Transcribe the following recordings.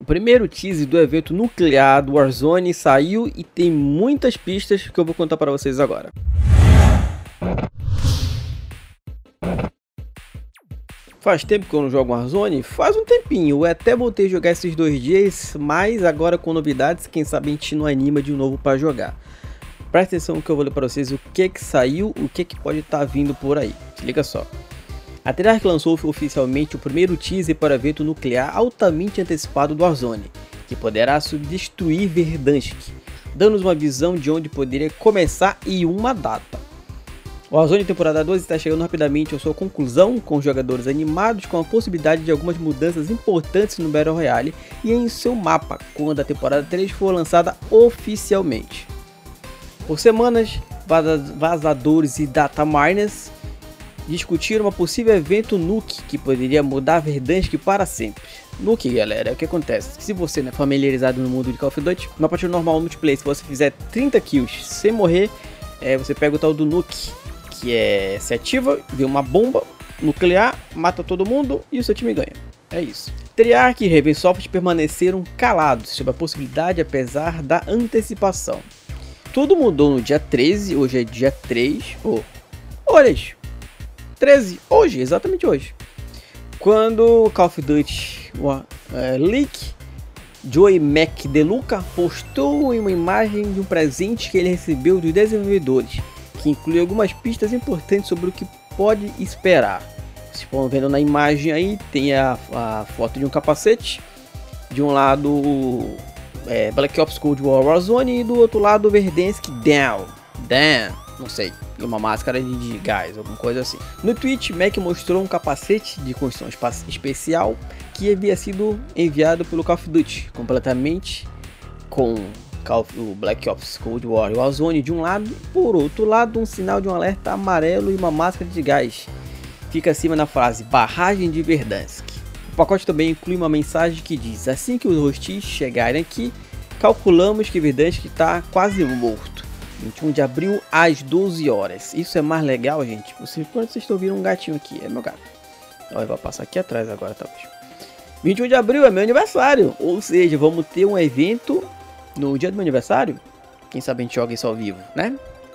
primeiro teaser do evento nuclear do Warzone saiu e tem muitas pistas que eu vou contar para vocês agora. Faz tempo que eu não jogo Warzone? Faz um tempinho, eu até voltei a jogar esses 2 dias, mas agora com novidades, quem sabe a gente não anima de novo para jogar. Presta atenção no que eu vou ler para vocês, o que saiu, o que pode estar vindo por aí. Se liga só. A Treyarch lançou oficialmente o primeiro teaser para o evento nuclear altamente antecipado do Warzone, que poderá destruir Verdansk, dando-nos uma visão de onde poderia começar e uma data. O Warzone temporada 2 está chegando rapidamente à sua conclusão, com os jogadores animados com a possibilidade de algumas mudanças importantes no Battle Royale e em seu mapa, quando a temporada 3 for lançada oficialmente. Por semanas, vazadores e data miners discutiram um possível evento Nuke que poderia mudar Verdansk para sempre. Nuke, galera, é o que acontece. Se você não é familiarizado no mundo de Call of Duty, na partida normal no multiplayer, se você fizer 30 kills sem morrer, você pega o tal do Nuke, que se ativa, vê uma bomba nuclear, mata todo mundo e o seu time ganha. É isso. Treyarch e Raven Soft permaneceram calados sobre a possibilidade apesar da antecipação. Tudo mudou no dia 13, hoje é dia 3, olha 13, hoje, exatamente hoje. Quando o Call of Duty Leak, Joey McDeluca postou uma imagem de um presente que ele recebeu dos desenvolvedores, que inclui algumas pistas importantes sobre o que pode esperar. Vocês estão vendo na imagem aí, tem a foto de um capacete, de um lado Black Ops Cold War Warzone e do outro lado Verdansk Down, não sei, e uma máscara de gás, alguma coisa assim. No tweet, Mac mostrou um capacete de construção especial que havia sido enviado pelo Call of Duty, completamente com o Black Ops Cold War Warzone de um lado, por outro lado um sinal de um alerta amarelo e uma máscara de gás. Fica acima na frase barragem de Verdansk. O pacote também inclui uma mensagem que diz: assim que os hostis chegarem aqui, calculamos que Verdansk está quase morto. 21 de abril às 12 horas. Isso é mais legal, gente. Quando vocês estão ouvindo um gatinho aqui, é meu gato. Ó, eu vou passar aqui atrás agora, talvez. 21 de abril é meu aniversário, ou seja, vamos ter um evento no dia do meu aniversário. Quem sabe a gente joga isso ao vivo, né?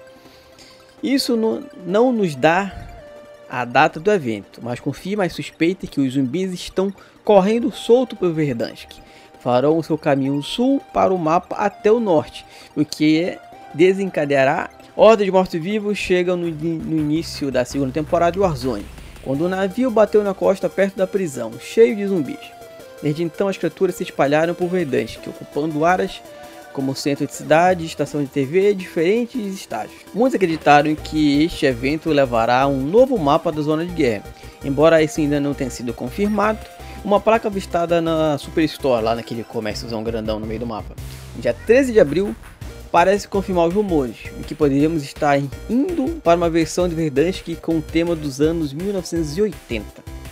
Isso não nos dá a data do evento, mas confirma a suspeita que os zumbis estão correndo solto por Verdansk. Farão o seu caminho sul para o mapa até o norte, o que desencadeará hordas de mortos-vivos. Chegam no início da segunda temporada de Warzone, quando o navio bateu na costa perto da prisão, cheio de zumbis. Desde então as criaturas se espalharam por Verdansk, ocupando áreas como centro de cidade, estação de TV e diferentes estágios. Muitos acreditaram que este evento levará a um novo mapa da zona de guerra. Embora isso ainda não tenha sido confirmado, uma placa avistada na Superstore, lá naquele comérciozão grandão no meio do mapa, dia 13 de abril, parece confirmar os rumores, em que poderíamos estar indo para uma versão de Verdansk com o tema dos anos 1980.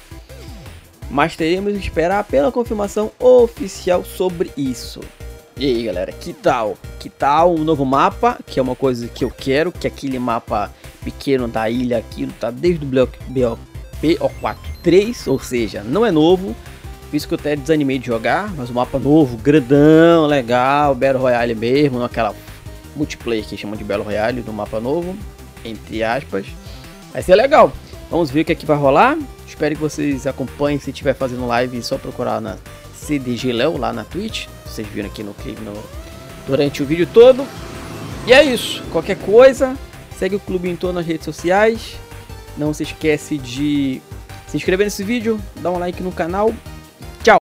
Mas teremos que esperar pela confirmação oficial sobre isso. E aí, galera, que tal? Que tal um novo mapa? Que é uma coisa que eu quero, que aquele mapa pequeno da ilha, aquilo tá desde o BO4 3, ou seja, não é novo. Por isso que eu até desanimei de jogar, mas o mapa novo, grandão, legal, Battle Royale mesmo, naquela multiplayer que chama de Battle Royale, do mapa novo, entre aspas. Vai ser legal. Vamos ver o que é que vai rolar. Espero que vocês acompanhem. Se estiver fazendo live, é só procurar na CDG Léo lá na Twitch. Vocês viram aqui no clipe durante o vídeo todo. E é isso. Qualquer coisa, segue o clube em todas as redes sociais. Não se esquece de se inscrever nesse vídeo, dar um like no canal